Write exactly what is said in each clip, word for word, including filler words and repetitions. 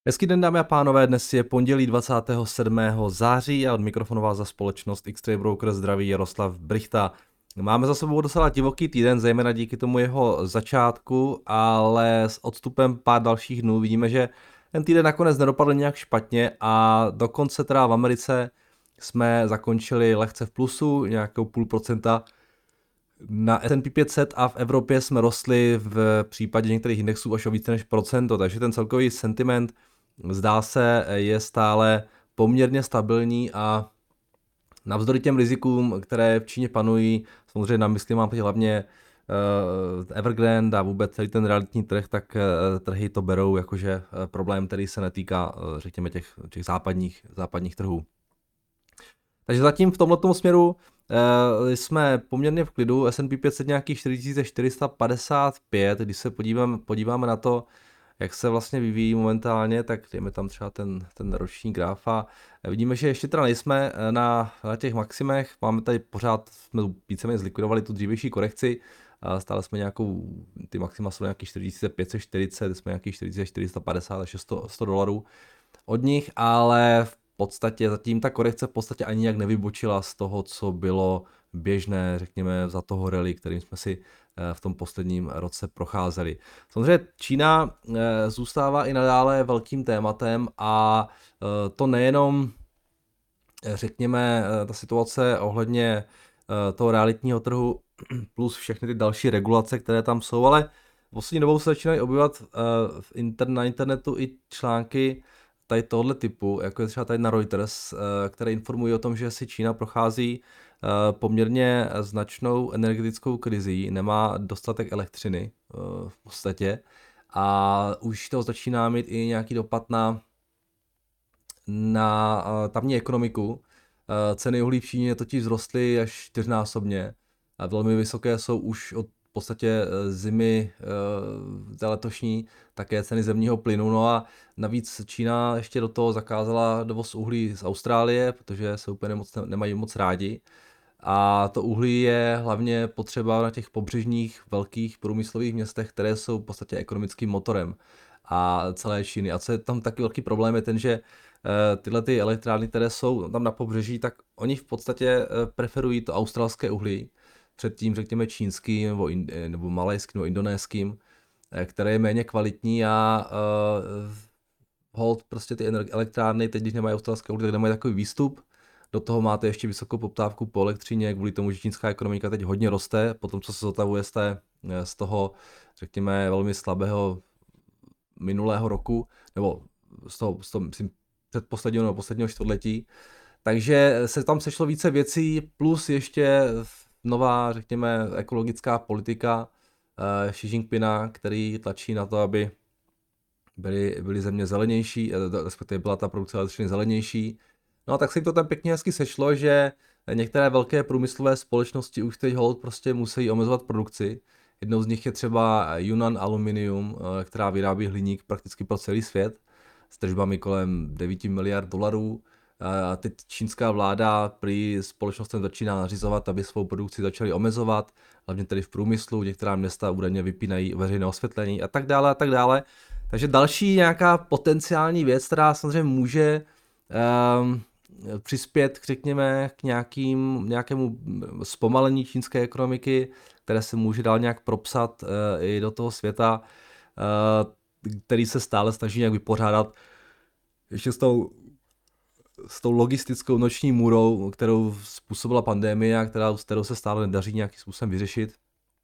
Hezký den, dámy a pánové, dnes je pondělí dvacátého sedmého září a od mikrofonu vás za společnost X-Ray Broker zdraví Jaroslav Brychta. Máme za sebou docela divoký týden, zejména díky tomu jeho začátku, ale s odstupem pár dalších dnů vidíme, že ten týden nakonec nedopadl nějak špatně a dokonce teda v Americe jsme zakončili lehce v plusu, nějakou půl procenta na S and P pět set a v Evropě jsme rostli v případě některých indexů až o více než procento, takže ten celkový sentiment zdá se je stále poměrně stabilní a navzdory těm rizikům, které v Číně panují, samozřejmě na mysli mám teď hlavně uh, Evergrande a vůbec celý ten realitní trh, tak uh, trhy to berou jakože uh, problém, který se netýká, uh, řekněme, těch, těch západních, západních trhů. Takže zatím v tomto směru uh, jsme poměrně v klidu, S and P pět set nějakých čtyři tisíce čtyři sta padesát pět, když se podíváme, podíváme na to, jak se vlastně vyvíjí momentálně, tak dejme tam třeba ten, ten roční graf a vidíme, že ještě teda nejsme na, na těch maximech, máme tady pořád, jsme víceméně zlikvidovali tu dřívější korekci, a stále jsme nějakou, ty maxima jsou nějaký čtyři tisíce pět set čtyřicet, jsme nějaký čtyři tisíce čtyři sta padesát až sto dolarů od nich, ale v podstatě zatím ta korekce v podstatě ani nějak nevybočila z toho, co bylo běžné, řekněme, za toho rally, kterým jsme si v tom posledním roce procházeli. Samozřejmě Čína zůstává i nadále velkým tématem a to nejenom, řekněme, ta situace ohledně toho realitního trhu plus všechny ty další regulace, které tam jsou, ale v poslední dobou se začínají objevovat na internetu i články tady tohle typu, jako je třeba tady na Reuters, které informují o tom, že si Čína prochází poměrně značnou energetickou krizí, nemá dostatek elektřiny v podstatě a už to začíná mít i nějaký dopad na, na tamní ekonomiku. Ceny uhlí v Číně totiž vzrostly až čtyřnásobně a velmi vysoké jsou už od v podstatě zimy té letošní, také ceny zemního plynu. No a navíc Čína ještě do toho zakázala dovoz uhlí z Austrálie, protože se úplně moc, nemají moc rádi. A to uhlí je hlavně potřeba na těch pobřežních velkých průmyslových městech, které jsou v podstatě ekonomickým motorem a celé Číny. A co je tam taky velký problém je ten, že tyhle ty elektrárny, které jsou tam na pobřeží, tak oni v podstatě preferují to australské uhlí před tím, řekněme, čínským nebo, in, nebo malajským nebo indonéským, které je méně kvalitní a uh, hold prostě ty elektrárny, teď když nemají australské uhlí, tak nemají takový výstup. Do toho máte ještě vysokou poptávku po elektřině, kvůli tomu, že čínská ekonomika teď hodně roste, potom co se zotavuje z, té, z toho, řekněme, velmi slabého minulého roku, nebo z toho, z toho myslím, předposledního nebo posledního čtvrtletí. Takže se tam sešlo více věcí, plus ještě nová, řekněme, ekologická politika uh, Xi Jinpinga, který tlačí na to, aby byly, byly země zelenější, respektive byla ta produkce elektřiny zelenější. No a tak se jim to tam pěkně hezky sešlo, že některé velké průmyslové společnosti už teď hold prostě musí omezovat produkci. Jednou z nich je třeba Yunnan Aluminium, která vyrábí hliník prakticky pro celý svět s tržbami kolem devět miliard dolarů. A teď čínská vláda prý společnostem začíná nařizovat, aby svou produkci začali omezovat, hlavně tedy v průmyslu, některá města údajně vypínají veřejné osvětlení a tak dále a tak dále. Takže další nějaká potenciální věc, která samozřejmě může um, přispět, řekněme, k nějakým, nějakému zpomalení čínské ekonomiky, které se může dál nějak propsat uh, i do toho světa, uh, který se stále snaží nějak vypořádat ještě s tou s tou logistickou noční můrou, kterou způsobila pandemie a která, kterou se stále nedaří nějakým způsobem vyřešit.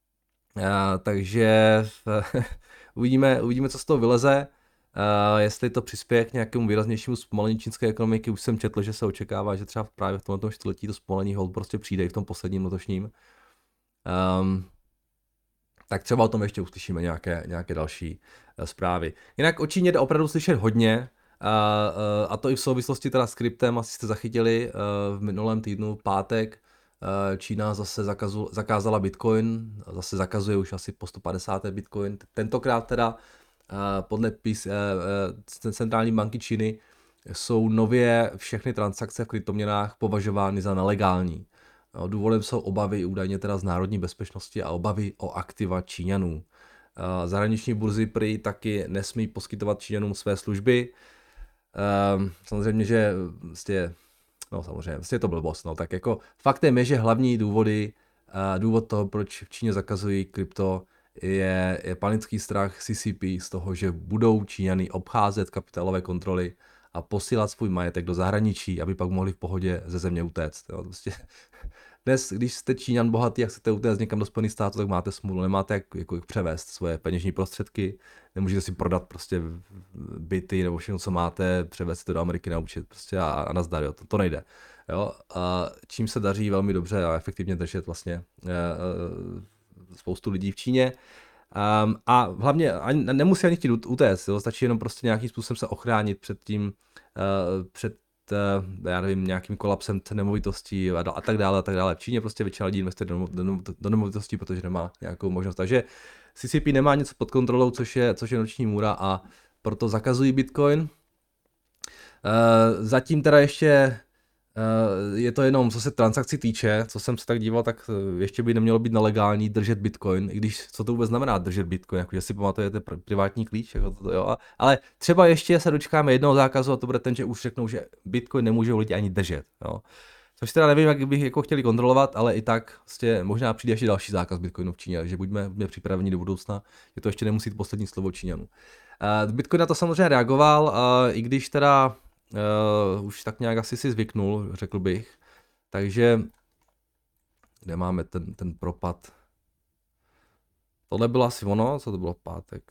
A, takže uvidíme, uvidíme, co z toho vyleze. A, jestli to přispěje k nějakému výraznějšímu zpomalení čínské ekonomiky. Už jsem četl, že se očekává, že třeba právě v tomto čtvrtletí to zpomalení hold prostě přijde i v tom posledním letošním. Um, tak třeba o tom ještě uslyšíme nějaké, nějaké další uh, zprávy. Jinak o Číně jde opravdu slyšet hodně. A, a to i v souvislosti teda s kryptem, asi jste zachytili v minulém týdnu, pátek, Čína zase zakazu, zakázala Bitcoin, zase zakazuje už asi po sto padesát Bitcoin. Tentokrát teda podle pís, centrální banky Číny jsou nově všechny transakce v kryptoměnách považovány za nelegální. Důvodem jsou obavy údajně teda z národní bezpečnosti a obavy o aktiva Číňanů. Zahraniční burzy prý taky nesmí poskytovat Číňanům své služby. Samozřejmě, že vlastně, no samozřejmě, vlastně je to blbost, no, tak jako faktem je, že hlavní důvody, důvod toho, proč v Číně zakazují krypto, je, je panický strach C C P z toho, že budou Číňany obcházet kapitálové kontroly a posílat svůj majetek do zahraničí, aby pak mohli v pohodě ze země utéct. Jo. Prostě dnes, když jste Číňan bohatý a chcete utéct někam do Spojených států, tak máte smůlu, nemáte jak, jako, jak převést svoje peněžní prostředky, nemůžete si prodat prostě byty nebo všechno, co máte, převést to do Ameriky na účet prostě a, a nazdar, jo. To, to nejde. Jo. A čím se daří velmi dobře a efektivně držet vlastně e, e, spoustu lidí v Číně. Um, a hlavně ani, nemusí ani chtít utéct, jo? Stačí jenom prostě nějakým způsobem se ochránit před tím, uh, před uh, já nevím, nějakým kolapsem nemovitostí a, a tak dále a tak dále. V Číně prostě většina lidí investuje do, do, do nemovitostí, protože nemá nějakou možnost. Takže C C P nemá něco pod kontrolou, což je, což je noční můra a proto zakazují Bitcoin. Uh, zatím teda ještě je to jenom, co se transakcí týče, co jsem se tak díval, tak ještě by nemělo být nelegální držet Bitcoin, i když co to vůbec znamená držet Bitcoin, jakože si pamatujete privátní klíč, jako to, jo. Ale třeba ještě se dočkáme jednoho zákazu a to bude ten, že už řeknou, že Bitcoin nemůžou lidi ani držet, jo. Což teda nevím, jak bych jako chtěli kontrolovat, ale i tak vlastně možná přijde ještě další zákaz Bitcoinu v Číně, že buďme, buďme připraveni do budoucna, že to ještě nemusí být poslední slovo Číňanů. Bitcoin na to samozřejmě reagoval, i když teda Uh, už tak nějak asi si zvyknul, řekl bych. Takže kde máme ten, ten propad? Tohle bylo asi ono, co to bylo v pátek?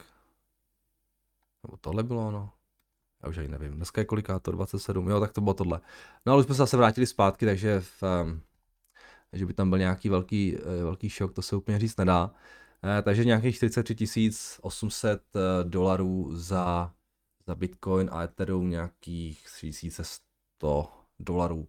Nebo tohle bylo ono? Já už ani nevím. Dneska je kolikáto? dvacet sedm. Jo, tak to bylo tohle. No ale už jsme se zase vrátili zpátky, takže v, um, že by tam byl nějaký velký, velký šok, to se úplně říct nedá. Uh, takže nějakých čtyřicet tři tisíc osm set dolarů za za Bitcoin a Ethereum nějakých tři tisíce sto dolarů.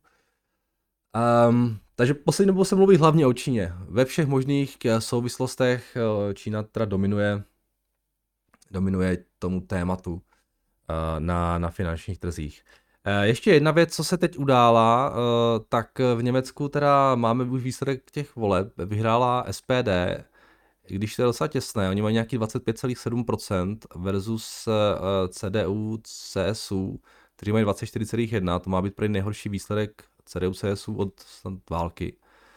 Um, takže poslední dobou se mluví hlavně o Číně. Ve všech možných souvislostech Čína teda dominuje, dominuje tomu tématu uh, na, na finančních trzích. Uh, ještě jedna věc, co se teď udála, uh, tak v Německu teda máme už výsledek těch voleb. Vyhrála S P D, když to je docela těsné, oni mají nějaký dvacet pět celá sedm procent versus uh, C D U, C S U, kteří mají dvacet čtyři celá jedna, to má být prý nejhorší výsledek C D U, C S U od války.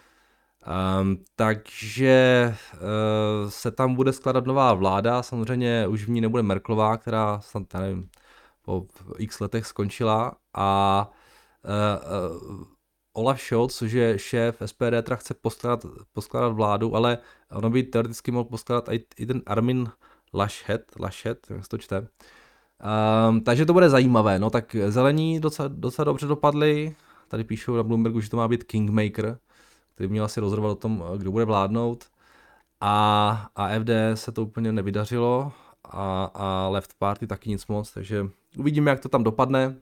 Um, takže uh, se tam bude skládat nová vláda, samozřejmě už v ní nebude Merkelová, která snad, nevím, po x letech skončila a uh, uh, Olaf Scholz, což je šéf S P D, teda chce poskládat, poskládat vládu, ale ono by teoreticky mohl poskládat i, i ten Armin Laschet, Laschet, jak se to čte. Um, takže to bude zajímavé, no tak zelení docela, docela dobře dopadli, tady píšou na Bloombergu, že to má být Kingmaker, který měl asi rozhodovat o tom, kdo bude vládnout a, a F D se to úplně nevydařilo a, a Left Party taky nic moc, takže uvidíme, jak to tam dopadne.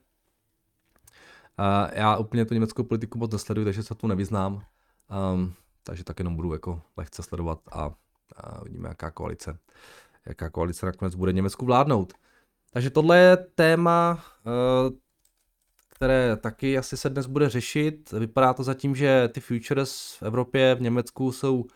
Uh, já úplně tu německou politiku moc nesleduji, takže se tu nevyznám. Um, takže tak jenom budu jako lehce sledovat a, a vidíme, jaká koalice, jaká koalice nakonec bude Německu vládnout. Takže tohle je téma, uh, které taky asi se dnes bude řešit. Vypadá to zatím, že ty futures v Evropě, v Německu jsou uh,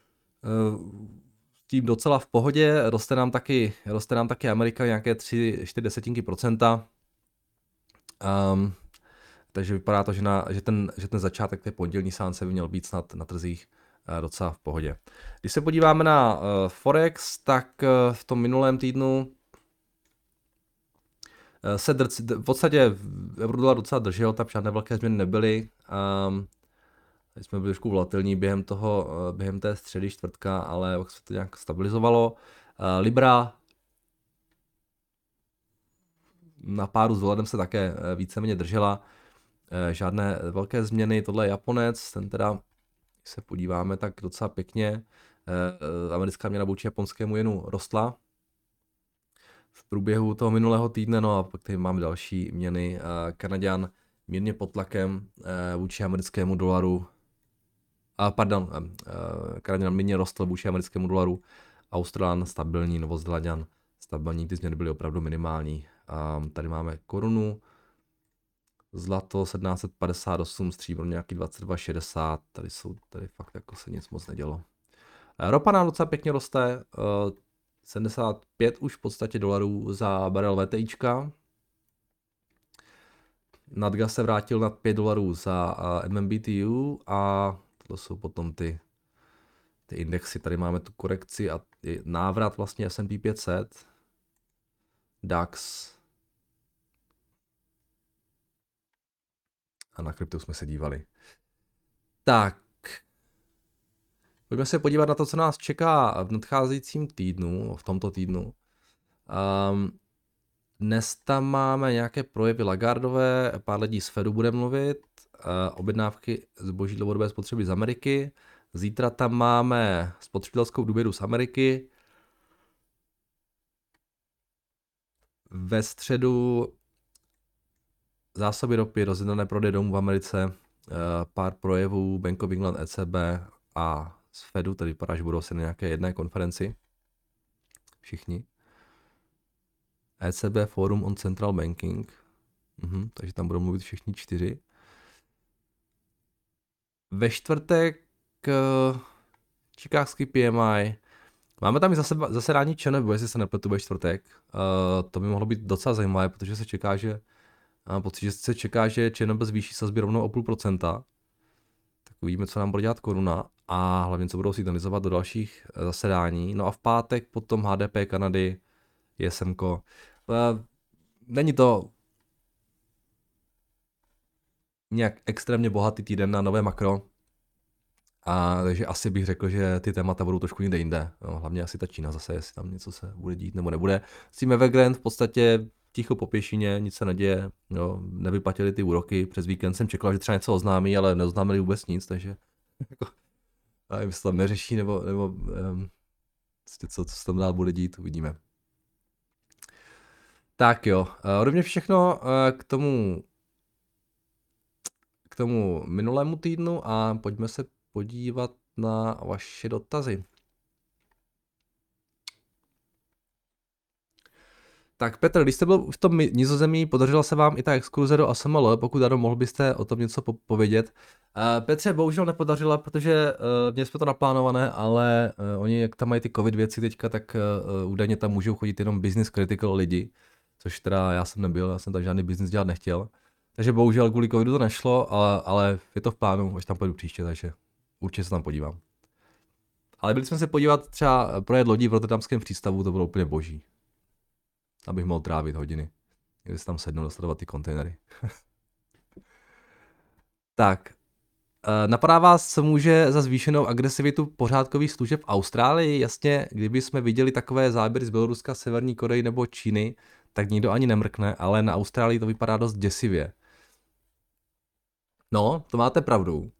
tím docela v pohodě. Roste nám taky, roste nám taky Amerika nějaké tři čtyři desetinky procenta. Um, Takže vypadá to, že, na, že, ten, že ten začátek té pondělní seance by měl být snad na trzích uh, docela v pohodě. Když se podíváme na uh, Forex, tak uh, v tom minulém týdnu uh, se drc, v podstatě eurodolar docela držel, tam žádné velké změny nebyly. Um, jsme byli trošku volatilní během, toho, uh, během té středy čtvrtka, ale pak se to nějak stabilizovalo. Uh, Libra na páru s dolarem se také uh, víceméně držela. Žádné velké změny, tohle je Japonec, ten teda, když se podíváme, tak docela pěkně. Americká měna vůči japonskému jenu rostla v průběhu toho minulého týdne, no a pak tady máme další měny. Kanaďan mírně pod tlakem vůči americkému dolaru, a pardon, Kanaďan mírně rostl vůči americkému dolaru, Australan stabilní, Novozélanďan stabilní, ty změny byly opravdu minimální. Tady máme korunu, zlato sedmnáct set padesát osm, stříbro nějaký dvacet dva šedesát, tady jsou, tady fakt jako se nic moc nedělo. Ropa nám docela pěkně roste, sedmdesát pět už v podstatě dolarů za barel VTIčka. Nadgas se vrátil nad pět dolarů za M M B T U a to jsou potom ty, ty indexy. Tady máme tu korekci a návrat vlastně S and P pět set, DAX a na kryptu jsme se dívali. Tak, pojďme se podívat na to, co nás čeká v nadcházejícím týdnu, v tomto týdnu. Um, dnes tam máme nějaké projevy Lagardové, pár lidí z Fedu bude mluvit, uh, objednávky zboží dlouhodobé spotřeby z Ameriky. Zítra tam máme spotřebitelskou důvěru z Ameriky. Ve středu zásoby ropy, rozjednané prodej domů v Americe, uh, pár projevů Bank of England, E C B a z Fedu, tady vypadá, že budou asi na nějaké jedné konferenci. Všichni. E C B Forum on Central Banking. Mhm, takže tam budou mluvit všichni čtyři. Ve čtvrtek uh, Chicagský P M I. Máme tam i zase, zasedání ČNB, jestli se nepletu ve čtvrtek. Uh, to by mohlo být docela zajímavé, protože se čeká, že mám pocit, že se čeká, že ČNB zvýší sazby rovnou o půl procenta. Tak uvidíme, co nám bude dělat koruna a hlavně, co budou signalizovat do dalších zasedání. No a v pátek potom H D P Kanady, I S M ko. Uh, není to nějak extrémně bohatý týden na nové makro. A takže asi bych řekl, že ty témata budou trošku někde jinde. No, hlavně asi ta Čína zase, jestli tam něco se bude dít nebo nebude. S tím Evergrande v podstatě ticho po pěšině, nic se neděje. No, nevyplatili ty úroky. Přes víkend jsem čekal, že třeba něco oznámí, ale neoznámili vůbec nic, takže a jestli tam neřeší, nebo, nebo um, co, co se tam dál bude dít, uvidíme. Tak jo, ode mě všechno k tomu k tomu minulému týdnu a pojďme se podívat na vaše dotazy. Tak Petr, když jste byl v tom Nizozemí, podařila se vám i ta exkurze do A S M L, pokud ano, mohl byste o tom něco povědět. Uh, Petře, bohužel nepodařila, protože uh, měli jsme to naplánované, ale uh, oni, jak tam mají ty covid věci teďka, tak uh, údajně tam můžou chodit jenom business critical lidi, což teda já jsem nebyl, já jsem tam žádný business dělat nechtěl. Takže bohužel kvůli covidu to nešlo, ale, ale je to v plánu, až tam pojedu příště, takže určitě se tam podívám. Ale byli jsme se podívat třeba projet lodí v Rotterdamském přístavu, to bylo úplně boží. Abych mohl trávit hodiny. Když se tam sednu, dosledovat ty kontejnery. Tak. Napadá vás, co může za zvýšenou agresivitu pořádkových služeb v Austrálii? Jasně, kdyby jsme viděli takové záběry z Běloruska, Severní Koreji nebo Číny, tak nikdo ani nemrkne, ale na Austrálii to vypadá dost děsivě. No, to máte pravdu.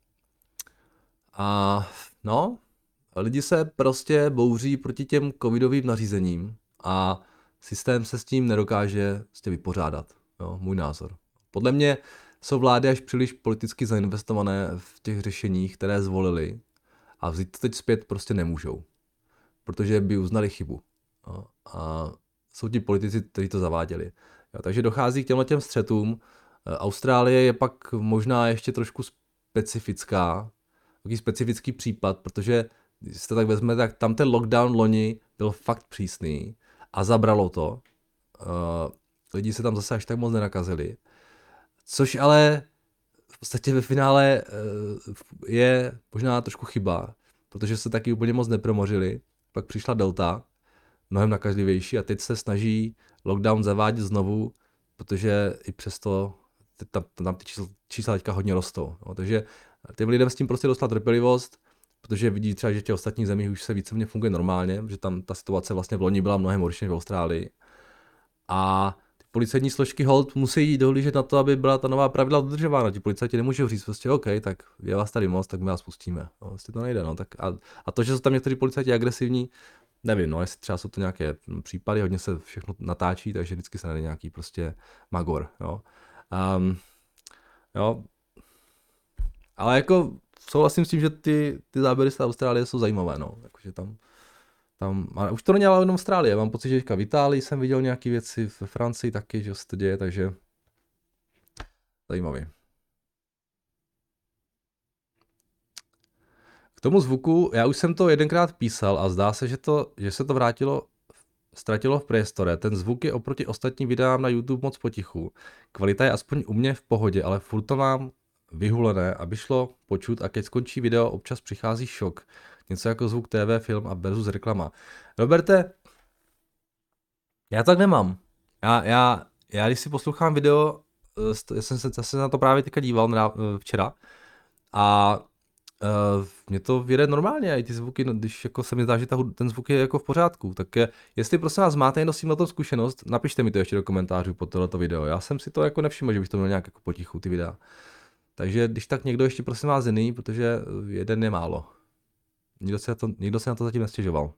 A no, lidi se prostě bouří proti těm covidovým nařízením a systém se s tím nedokáže prostě vypořádat. Jo, můj názor. Podle mě jsou vlády až příliš politicky zainvestované v těch řešeních, které zvolili a vzít to teď zpět prostě nemůžou. Protože by uznali chybu. Jo, a jsou ti politici, kteří to zaváděli. Jo, takže dochází k těmhle těm střetům. Austrálie je pak možná ještě trošku specifická, takový specifický případ, protože když se to tak vezme, tak tam ten lockdown loni byl fakt přísný a zabralo to. Uh, lidi se tam zase až tak moc nenakazili. Což ale v podstatě ve finále uh, je možná trošku chyba, protože se taky úplně moc nepromořili. Pak přišla Delta, mnohem nakažlivější a teď se snaží lockdown zavádět znovu, protože i přesto tam, tam ty čísla, čísla teďka hodně rostou. No, takže těm lidem s tím prostě dostat trpělivost, protože vidí třeba, že v těch ostatních zemích už se víceméně funguje normálně, že tam ta situace vlastně v loni byla mnohem horší než v Austrálii. A ty policejní složky hold musí dohlížet na to, aby byla ta nová pravidla dodržována. Ti policajti nemůžou říct prostě OK, tak je vás tady moc, tak my vás pustíme. No, vlastně to nejde. No. Tak a, a to, že jsou tam někteří policajti agresivní, nevím, no, jestli třeba jsou to nějaké případy, hodně se všechno natáčí, takže vždycky se najde nějaký prostě magor. Jo. Um, jo. Ale jako souhlasím s tím, že ty, ty záběry z Austrálie jsou zajímavé, no. Jakože tam, tam, a už to není ale jenom Austrálie, mám pocit, že v Itálii jsem viděl nějaké věci, v Francii taky, že se to děje, takže zajímavý. K tomu zvuku, já už jsem to jedenkrát písal a zdá se, že, to, že se to vrátilo ztratilo v priestore. Ten zvuk je oproti ostatním videám na YouTube moc potichu. Kvalita je aspoň u mě v pohodě, ale furt to mám vyhulené, aby šlo počut a keď skončí video, občas přichází šok. Něco jako zvuk T V, film a versus reklama. Roberte, já tak nemám. Já, já, já když si poslouchám video, já jsem se, já jsem na to právě teďka díval včera a Uh, mě to vyjde normálně, i ty zvuky, no, když jako se mi zdá, že ta, ten zvuk je jako v pořádku, tak je, jestli prosím vás máte jenom s tím na tom zkušenost, napište mi to ještě do komentářů pod tohleto video, já jsem si to jako nevšiml, že bych to měl nějak jako potichu, ty videa. Takže když tak někdo ještě prosím vás jiný, protože jeden je málo. Nikdo se na to, nikdo se na to zatím nestěžoval.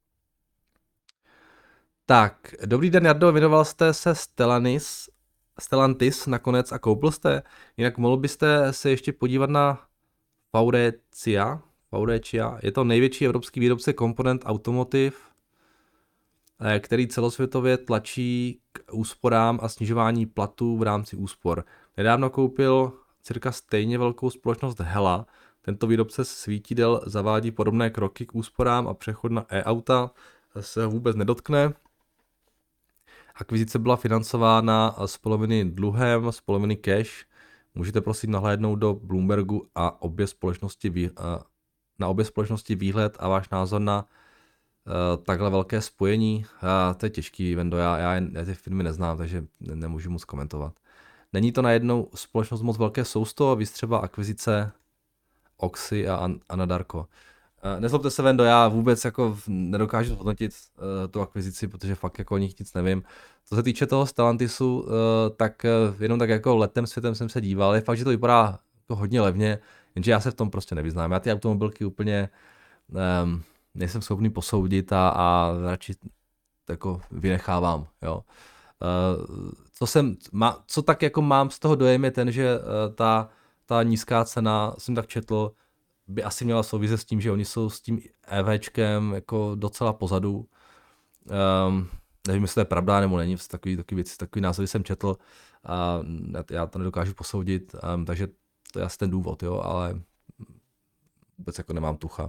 Tak, dobrý den Jardo, věnoval jste se Stellantis, Stellantis nakonec a koupil jste, jinak mohl byste se ještě podívat na Faurecia, Faurecia, je to největší evropský výrobce komponent automotive, který celosvětově tlačí k úsporám a snižování platů v rámci úspor. Nedávno koupil cirka stejně velkou společnost Hella. Tento výrobce svítidel zavádí podobné kroky k úsporám a přechod na e-auta se vůbec nedotkne. Akvizice byla financována z poloviny dluhem, z poloviny cash. Můžete prosím nahlédnout do Bloombergu a obě společnosti vý, na obě společnosti výhled a váš názor na uh, takhle velké spojení. Uh, to je těžký, Vendo, já, já, já ty firmy neznám, takže ne, nemůžu moc komentovat. Není to najednou společnost moc velké sousto, víc třeba akvizice Oxy a Anadarko. Uh, nezlobte se, Vendo, já vůbec jako nedokážu hodnotit uh, tu akvizici, protože fakt jako o nich nic nevím. Co se týče toho Stellantisu, uh, tak uh, jenom tak jako letem světem jsem se díval. Je fakt, že to vypadá jako hodně levně, jenže já se v tom prostě nevyznám. Já ty automobilky úplně um, nejsem schopný posoudit a, a radši jako vynechávám. Jo. Uh, co, jsem, má, co tak jako mám z toho dojem je ten, že uh, ta, ta nízká cena, jsem tak četl, by asi měla souviset s tím, že oni jsou s tím EVčkem jako docela pozadu. Um, nevím, jestli to je pravda nebo není, takový, takový věci, takový názory jsem četl a já to nedokážu posoudit, um, takže to je asi ten důvod, jo, ale vůbec jako nemám tucha.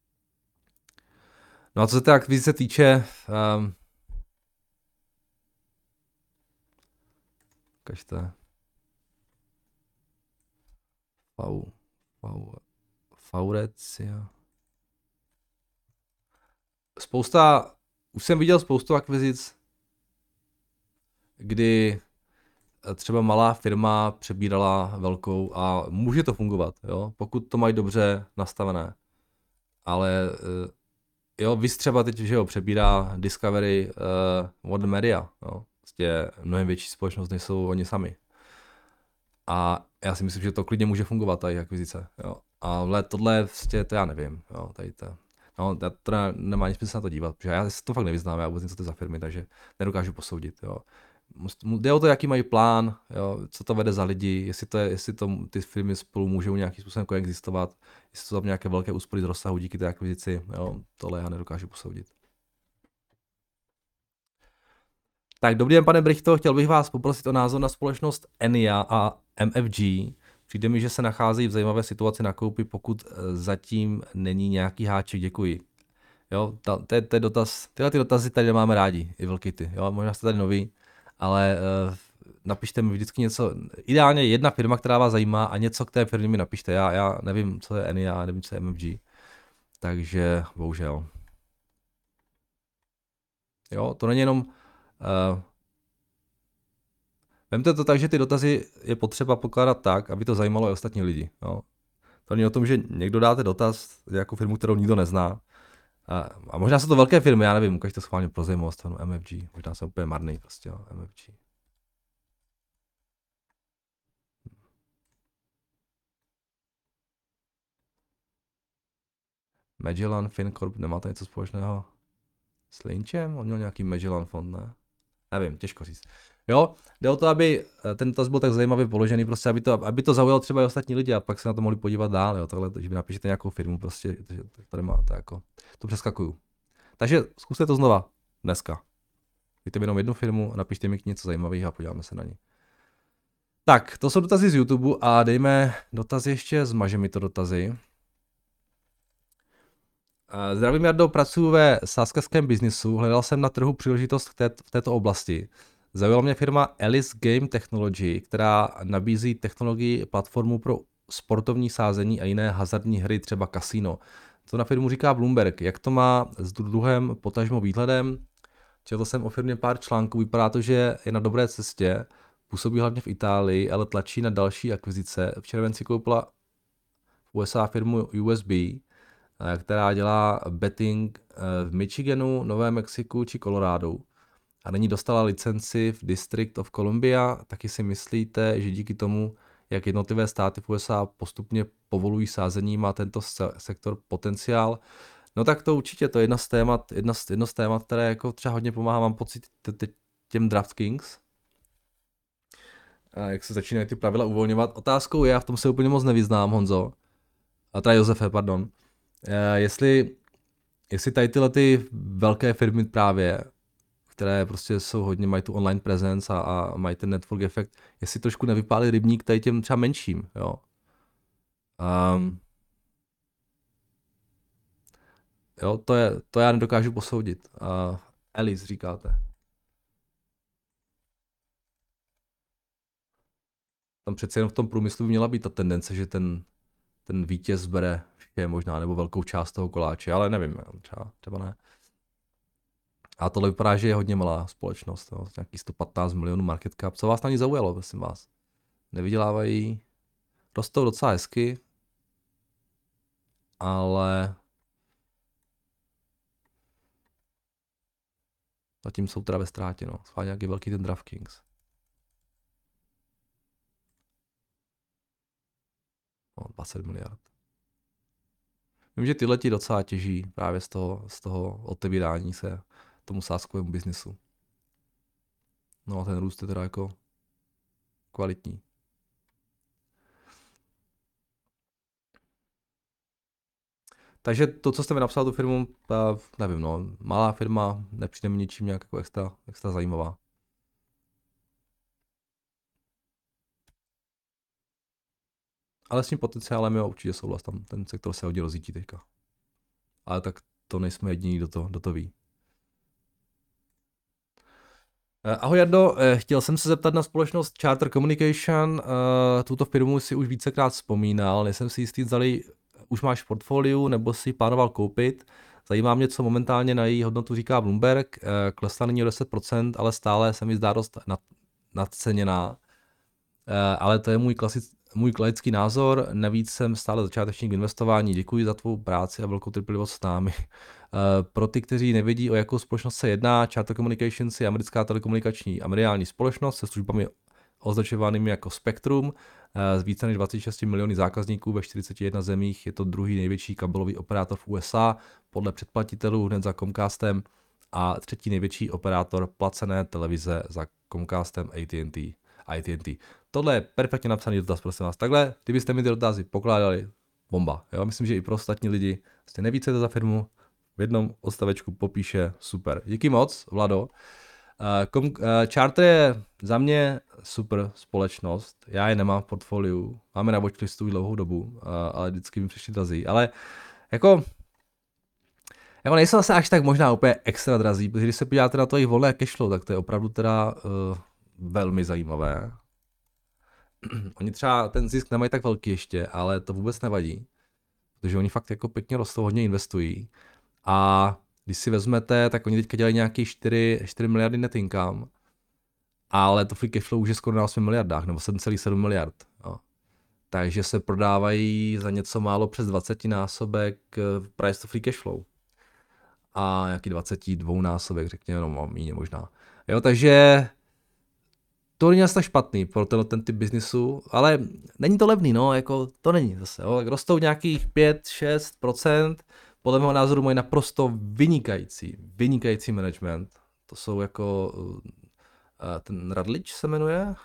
No a co se té akvizice týče, um, kažte, Fau, Fau, Faurecia. Spousta, už jsem viděl spoustu akvizic, kdy třeba malá firma přebírala velkou a může to fungovat, jo, pokud to mají dobře nastavené. Ale jo, Viz třeba teď, že jo, přebírá Discovery uh, od Media, jo, prostě mnohem větší společnost, než jsou oni sami. A já si myslím, že to klidně může fungovat, ta jejich akvizice, jo. Ale tohle, vlastně, to já nevím, jo, tady to. No, to ne, nemá nic smysl se na to dívat, protože já si to fakt nevyznám, já vůbec něco to je za firmy, takže nedokážu posoudit, jo. Jde o to, jaký mají plán, jo, co to vede za lidi, jestli, to je, jestli to, ty firmy spolu můžou nějakým způsobem koexistovat, jestli to tam nějaké velké úspory z rozsahu díky té akvizici, jo, tohle já nedokážu posoudit. Tak dobrý den, pane Brichto, chtěl bych vás poprosit o názor na společnost Enia a M F G. Přijde mi, že se nacházejí v zajímavé situaci na koupi, pokud zatím není nějaký háček, děkuji. Jo, to je dotaz, tyhle ty dotazy tady nemáme rádi, i velký ty, jo, možná jste tady nový, ale uh, napište mi vždycky něco, ideálně jedna firma, která vás zajímá a něco k té firmě mi napište, já, já nevím, co je Enia, nevím, co je M F G, takže bohužel. Jo, to není jenom, uh, vemte to tak, že ty dotazy je potřeba pokládat tak, aby to zajímalo i ostatní lidi, jo. To není o tom, že někdo dáte dotaz jako firmu, kterou nikdo nezná, A, a možná jsou to velké firmy, já nevím, ukažte schválně pro zajímavost, M F G, možná jsem úplně marný prostě, jo, M F G. Magellan FinCorp, nemá to něco společného s Lynchem? On měl nějaký Magellan fond, ne? Nevím, těžko říct. Jo, jde o to, aby ten dotaz byl tak zajímavě položený, prostě, aby to, aby to zaujalo třeba i ostatní lidi a pak se na to mohli podívat dál, jo, takhle, že vy napíšete nějakou firmu, prostě, tady máte jako, to přeskakuju. Takže zkuste to znova dneska. Dejte mi jenom jednu firmu a napište mi k něco zajímavého a podíváme se na ní. Tak, to jsou dotazy z YouTube a dejme dotazy ještě, zmažeme mi to dotazy. Zdravím, Jardo, pracuji ve sázkařském biznisu, hledal jsem na trhu příležitost v, té, v této oblasti. Zaujala mě firma Alice Game Technology, která nabízí technologii platformu pro sportovní sázení a jiné hazardní hry, třeba kasino. Co na firmu říká Bloomberg? Jak to má s druhem, potažmo výhledem? Četl jsem o firmě pár článků, vypadá to, že je na dobré cestě, působí hlavně v Itálii, ale tlačí na další akvizice. V červenci koupila v U S A firmu U S B, která dělá betting v Michiganu, Novém Mexiku či Coloradu. A nyní dostala licenci v District of Columbia. Taky si myslíte, že díky tomu, jak jednotlivé státy v U S A postupně povolují sázení, má tento sektor potenciál? No tak to určitě, to je jedna z témat, jedna z, jedno z témat, které jako třeba hodně pomáhá, mám pocit, těm DraftKings. A jak se začínají ty pravidla uvolňovat. Otázkou je, a v tom se úplně moc nevyznám, Honzo, a teda Josefe, pardon, jestli, jestli tady tyhle ty velké firmy právě, které prostě jsou hodně, mají tu online presence a, a mají ten network efekt, jestli trošku nevypálí rybník tady těm třeba menším, jo. Um, jo, to, je, to já nedokážu posoudit. Uh, Alice říkáte. Tam přece jen v tom průmyslu by měla být ta tendence, že ten, ten vítěz bere je možná, nebo velkou část toho koláče, ale nevím, třeba, třeba ne. A tohle vypadá, že je hodně malá společnost, jo, nějaký sto patnáct milionů market cap. Co vás na ní zaujalo, prosím vás? Nevydělávají, rostou docela hezky, ale zatím jsou teda ve ztrátě, no. Schválně nějaký velký ten DraftKings. No, dvacet miliard. Vím, že tyhle ti docela těží právě z toho, z toho otevírání se tomu sázkovému biznisu. No a ten růst je teda jako kvalitní. Takže to, co jste mi napsal tu firmu, nevím, no, malá firma, nepřijde mi ničím nějak jako extra, extra zajímavá. Ale s tím potenciálem jo, určitě souhlas, tam ten sektor se hodně rozjítí teďka. Ale tak to nejsme jediní, kdo to, kdo to ví. Ahoj Jardo, chtěl jsem se zeptat na společnost Charter Communication. Tuto firmu si už vícekrát vzpomínal, nejsem si jistý, zdali už máš v portfoliu nebo si plánoval koupit. Zajímá mě, co momentálně na její hodnotu říká Bloomberg. Klesla nyní o deset procent, ale stále se mi zdá dost nad, nadceněná. Ale to je můj, klasic, můj klasický názor. Navíc jsem stále začátečník v investování. Děkuji za tvou práci a velkou trpělivost s námi. Pro ty, kteří nevědí, o jakou společnost se jedná, Charter Communications je americká telekomunikační a mediální společnost se službami označovanými jako Spectrum z více než dvacet šest miliony zákazníků ve čtyřiceti jedné zemích. Je to druhý největší kabelový operátor v U S A podle předplatitelů hned za Comcastem a třetí největší operátor placené televize za Comcastem A T and T. A T and T. Tohle je perfektně napsaný dotaz, prosím vás. Takhle, kdybyste mi ty dotazy pokládali, bomba. Jo? Myslím, že i pro ostatní lidi, jste nevíce to za firmu, v jednom odstavečku popíše super. Díky moc, Vlado. Uh, kom, uh, Charter je za mě super společnost. Já je nemám v portfoliu. Máme na watchlistu dlouhou dobu, uh, ale vždycky mi přišli drazí. Ale jako, jako nejsou zase až tak možná úplně extra drazí, protože když se podíváte na to jejich volné cashflow, tak to je opravdu teda uh, velmi zajímavé. Oni třeba ten zisk nemají tak velký ještě, ale to vůbec nevadí. Protože oni fakt jako pěkně rostou, hodně investují. A když si vezmete, tak oni teďka dělají nějaký čtyři, čtyři miliardy net income, ale to free cash flow už je skoro na osmi miliardách, nebo sedm celá sedm miliard. Jo. Takže se prodávají za něco málo přes dvacet násobek price to free cash flow. A nějaký dvacet dva násobek, řekněme, no míně možná. Jo, takže to není asi tak špatný pro ten, ten typ biznisu, ale není to levný, no, jako to není zase, jo. Tak rostou nějakých pět až šest procent, podle mého názoru mají naprosto vynikající, vynikající management. To jsou jako, uh, ten Radlič se jmenuje?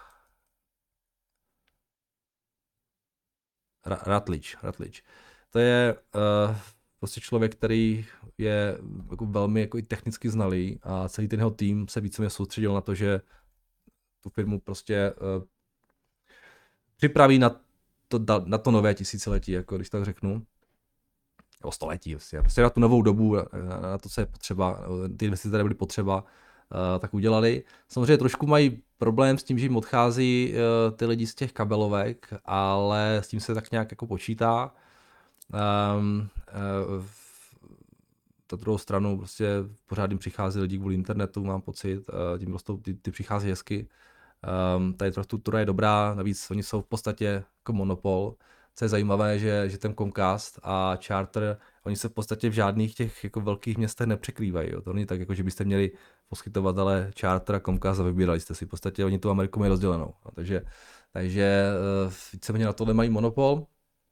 Ra- Ratlič, Ratlič. To je uh, prostě člověk, který je jako velmi jako i technicky znalý a celý ten jeho tým se víceméně soustředil na to, že tu firmu prostě uh, připraví na to, na to nové tisíciletí, jako když tak řeknu. nebo století, prostě, prostě na tu novou dobu, na, na to, co je potřeba, ty investice tady byly potřeba, uh, tak udělali. Samozřejmě trošku mají problém s tím, že jim odchází uh, ty lidi z těch kabelovek, ale s tím se tak nějak jako počítá. Um, uh, na druhou stranu prostě pořád jim přichází lidi kvůli internetu, mám pocit, uh, tím rostou, ty, ty přichází hezky. Um, ta infrastruktura je dobrá, navíc oni jsou v podstatě jako monopol. Co je zajímavé, že, že ten Comcast a Charter, oni se v podstatě v žádných těch jako velkých městech nepřekrývají. Jo. To není tak, jako že byste měli poskytovatele Charter a Comcast a vybírali jste si. V podstatě oni tu Ameriku mají rozdělenou. No, takže takže uh, víceméně na tohle mají monopol.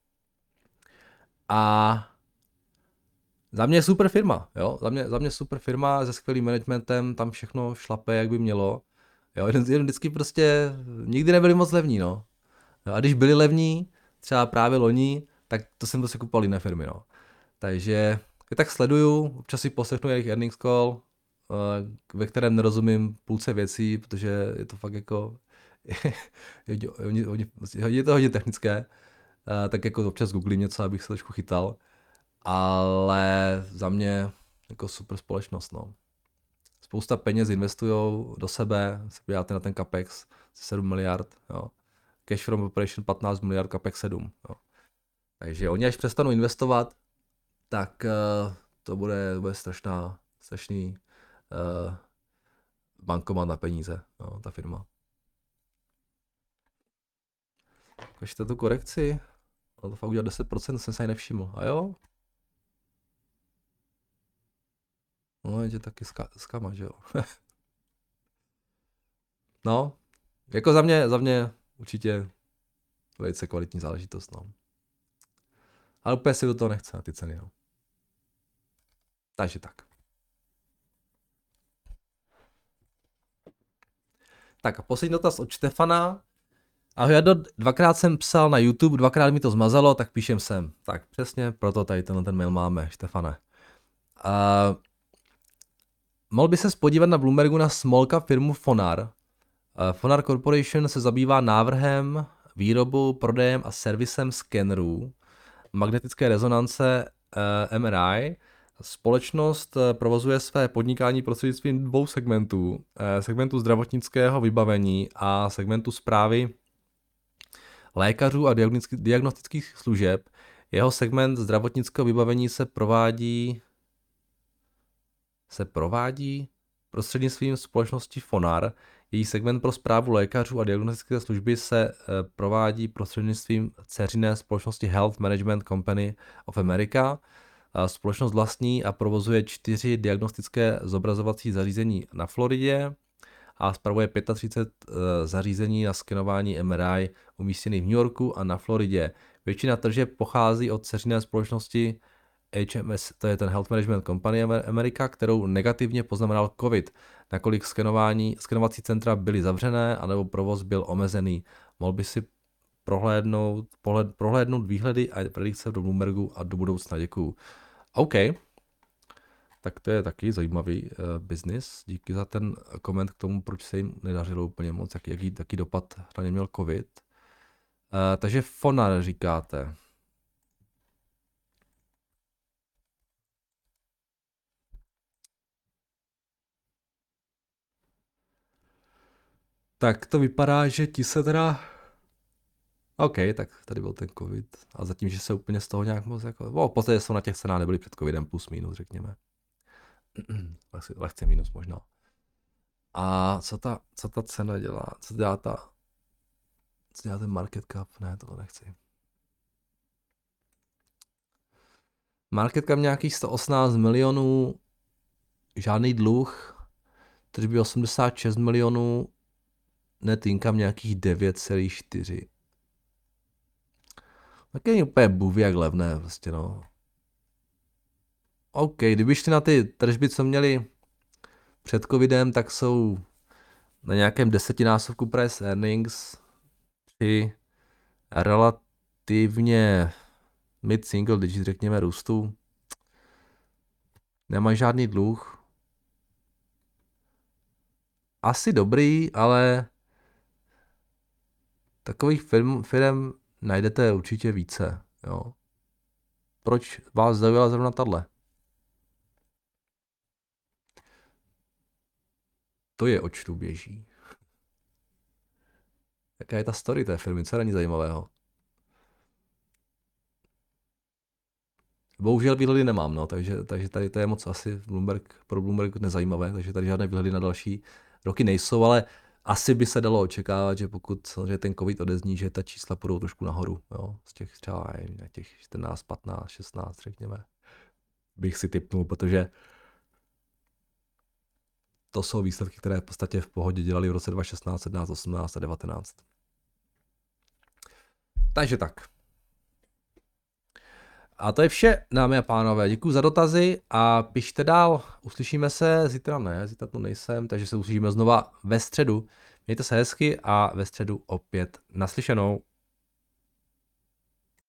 A za mě je super firma, jo? Za mě, za mě super firma se skvělým managementem, tam všechno šlape, jak by mělo. Jo, jeden, jeden vždycky prostě nikdy nebyli moc levní, no. Jo, a když byli levní, třeba právě loni, tak to jsem prostě kupoval jiné firmy, no. Takže je tak sleduju, občas si poslechnu jejich earnings call, ve kterém nerozumím půlce věcí, protože je to fakt jako, je to hodně technické, tak jako občas googlím něco, abych se trošku chytal, ale za mě jako super společnost, no. Spousta peněz investujou do sebe, se podíváte na ten capex, sedm miliard, jo. Cash from operation patnáct miliard, capex sedm, jo. Takže oni až přestanou investovat, tak uh, to bude, bude strašná, strašný uh, bankomat na peníze, jo, ta firma. Ukažte tu korekci, ale to fakt udělat deset procent, jsem se ani nevšiml, a jo? No, je taky ska, skama, že jo. No, jako za mě, za mě určitě velice kvalitní záležitost, no. Ale úplně si do toho nechce na ty ceny, no. Takže tak. Tak a poslední dotaz od Štefana. Ahoj, Jado, dvakrát jsem psal na YouTube, dvakrát mi to zmazalo, tak píšem sem. Tak přesně, proto tady tenhle ten mail máme, Štefane. Uh, mohl by se podívat na Bloombergu na small cap firmu Fonar. Uh, Fonar Corporation se zabývá návrhem, výrobou, prodejem a servisem skenerů, magnetické rezonance uh, M R I. Společnost provozuje své podnikání prostřednictvím dvou segmentů. Segmentu zdravotnického vybavení a segmentu správy lékařů a diagnostických služeb. Jeho segment zdravotnického vybavení se provádí se provádí prostřednictvím společnosti Fonar. Její segment pro správu lékařů a diagnostické služby se provádí prostřednictvím dceřiné společnosti Health Management Company of America. Společnost vlastní a provozuje čtyři diagnostické zobrazovací zařízení na Floridě a spravuje třicet pět zařízení na skenování M R I umístěných v New Yorku a na Floridě. Většina tržeb pochází od dceřiné společnosti H M S, to je ten Health Management Company America, kterou negativně poznamenal COVID. Nakolik skenování, skenovací centra byly zavřené, anebo provoz byl omezený. Mohl by si prohlédnout, pohled, prohlédnout výhledy a predikce do Bloombergu a do budoucna. Děkuju. OK. Tak to je taky zajímavý uh, business. Díky za ten koment k tomu, proč se jim nedařilo úplně moc, jaký, jaký, jaký dopad na ně měl COVID. Uh, takže Fonar říkáte. Tak to vypadá, že ti se teda... OK, tak tady byl ten COVID. A zatím, že se úplně z toho nějak moc jako... O, v podstatě jsou na těch cenách nebyly před covidem plus minus, řekněme. Lehce minus možná. A co ta, co ta cena dělá? Co dělá ta... Co dělá ten market cap? Ne, tohle nechci. Market cap nějakých sto osmnáct milionů, žádný dluh, tržby osmdesát šest milionů, net income nějakých devět celá čtyři. Tak je úplně bůh jak levné, prostě no. OK, kdyby šli na ty tržby, co měli před covidem, tak jsou na nějakém desetinásobku price earnings, při relativně mid-single digit, řekněme, růstu. Nemají žádný dluh. Asi dobrý, ale takových firm, firm najdete určitě více, jo. proč vás zaujala zrovna tahle? To je, oč tu běží. Jaká je ta story té firmy, co není zajímavého? Bohužel výhledy nemám, no, takže, takže tady to je moc asi Bloomberg, pro Bloomberg nezajímavé, takže tady žádné výhledy na další roky nejsou, ale asi by se dalo očekávat, že pokud samozřejmě ten covid odezní, že ta čísla půjdou trošku nahoru, jo, z těch třeba těch čtrnáct, patnáct, šestnáct, řekněme, bych si tipnul, protože to jsou výsledky, které v podstatě v pohodě dělali v roce dva tisíce šestnáct, sedmnáct, osmnáct a devatenáct. Takže tak. A to je vše, dámy a pánové. Děkuji za dotazy a pište dál. Uslyšíme se zítra, ne, zítra tu nejsem, takže se uslyšíme znova ve středu. Mějte se hezky a ve středu opět naslyšenou.